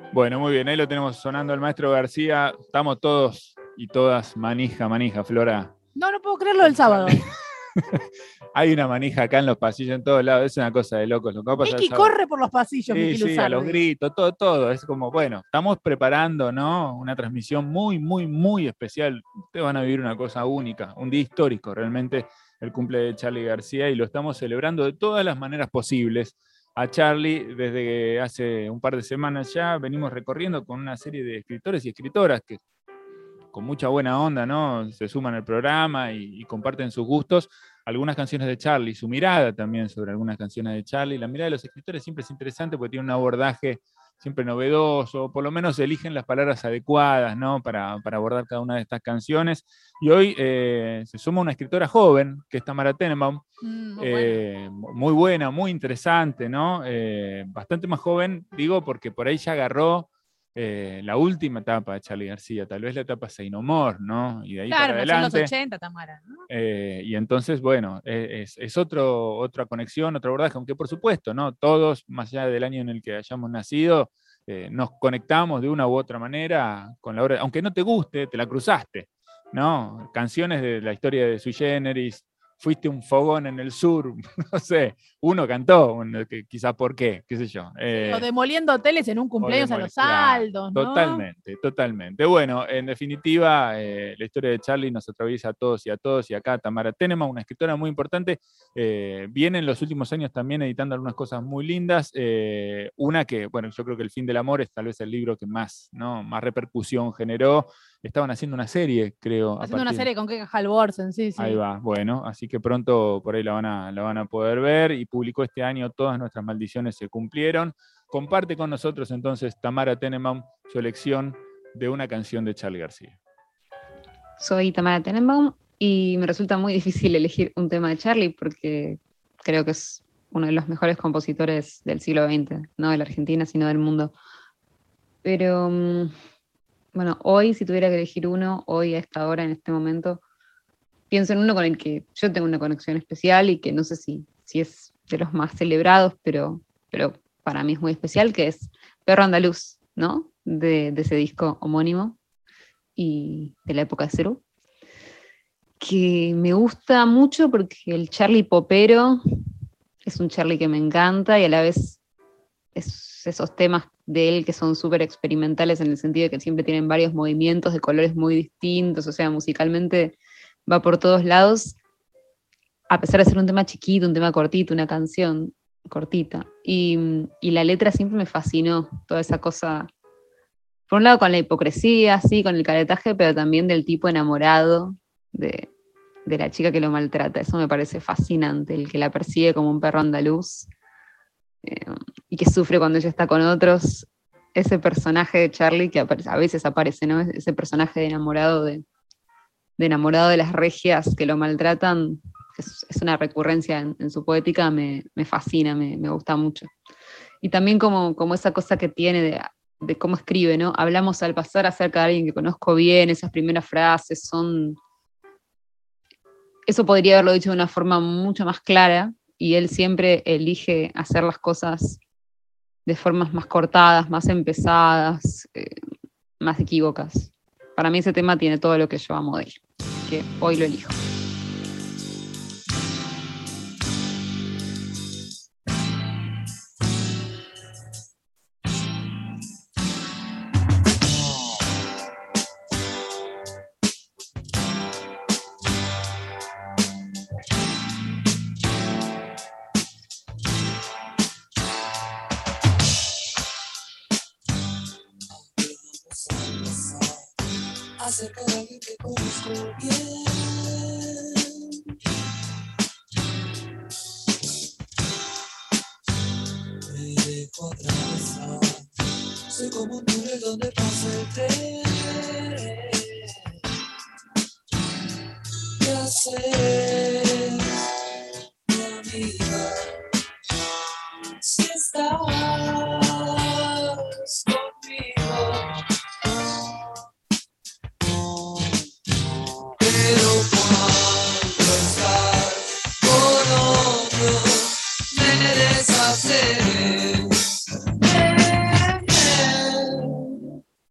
Bueno, muy bien, ahí lo tenemos sonando el maestro García. Estamos todos y todas manija, Flora. No puedo creerlo del sábado. Hay una manija acá en los pasillos en todos lados, es una cosa de locos. Lo que va a pasar Miki corre por los pasillos, sí, Miki Luzardi. a los gritos, todo. Es como, bueno, estamos preparando, ¿no? Una transmisión muy especial. Ustedes van a vivir una cosa única, un día histórico, realmente, el cumple de Charly García, y lo estamos celebrando de todas las maneras posibles. A Charly, desde hace un par de semanas ya, venimos recorriendo con una serie de escritores y escritoras que con mucha buena onda, ¿no? Se suman al programa y comparten sus gustos. Algunas canciones de Charly, su mirada también sobre algunas canciones de Charly. La mirada de los escritores siempre es interesante porque tiene un abordaje siempre novedoso, por lo menos eligen las palabras adecuadas, ¿no? Para abordar cada una de estas canciones. Y hoy se suma una escritora joven, que es Tamara Tenenbaum, muy buena, muy interesante, ¿no? Bastante más joven, digo, porque por ahí ya agarró la última etapa de Charly García, tal vez la etapa Say No More, ¿no? Y de ahí para adelante. Nació en los 80, Tamara, ¿no? Y entonces, bueno, es otra conexión, otro abordaje, aunque por supuesto, ¿no? Todos, más allá del año en el que hayamos nacido, nos conectamos de una u otra manera con la obra, aunque no te guste, te la cruzaste, ¿no? Canciones de la historia de Sui Generis, Fuiste un fogón en el sur, no sé, uno cantó, quizás por qué sé yo. O demoliendo hoteles en un cumpleaños a los Aldos, ¿no? Totalmente. Bueno, en definitiva, la historia de Charly nos atraviesa a todos, y acá Tamara Tenenbaum, una escritora muy importante, viene en los últimos años también editando algunas cosas muy lindas, una que, bueno, yo creo que El fin del amor es tal vez el libro que más repercusión generó. Estaban haciendo una serie, creo. Haciendo una serie con Keke Halvorsen, sí. Ahí va, bueno, así que pronto por ahí la van a poder ver, y publicó este año Todas nuestras maldiciones se cumplieron. Comparte con nosotros entonces Tamara Tenenbaum su elección de una canción de Charly García. Soy Tamara Tenenbaum y me resulta muy difícil elegir un tema de Charly porque creo que es uno de los mejores compositores del siglo XX, no de la Argentina, sino del mundo. Pero bueno, hoy, si tuviera que elegir uno, hoy a esta hora, en este momento, pienso en uno con el que yo tengo una conexión especial y que no sé si es de los más celebrados, pero para mí es muy especial, que es Perro Andaluz, ¿no? De ese disco homónimo y de la época de Cerú, que me gusta mucho porque el Charly popero es un Charly que me encanta, y a la vez esos temas de él que son súper experimentales en el sentido de que siempre tienen varios movimientos de colores muy distintos, o sea, musicalmente va por todos lados, a pesar de ser un tema chiquito, un tema cortito, una canción cortita. Y la letra siempre me fascinó, toda esa cosa, por un lado con la hipocresía, sí, con el caretaje, pero también del tipo enamorado de la chica que lo maltrata. Eso me parece fascinante, el que la persigue como un perro andaluz, y que sufre cuando ella está con otros. Ese personaje de Charly que a veces aparece, ¿no? Ese personaje de enamorado de las regias que lo maltratan, es una recurrencia en su poética, me fascina, me gusta mucho. Y también como esa cosa que tiene de cómo escribe, ¿no? Hablamos al pasar acerca de alguien que conozco bien, esas primeras frases son... Eso podría haberlo dicho de una forma mucho más clara, y él siempre elige hacer las cosas de formas más cortadas, más empezadas, más equívocas. Para mí ese tema tiene todo lo que yo amo de él, que hoy lo elijo. Acerca de alguien que conozco bien, me dejo atravesar, soy como un túnel donde pasa el tren. ¿Qué haces, mi amiga, si estás conmigo? Pero cuando estás con otro, me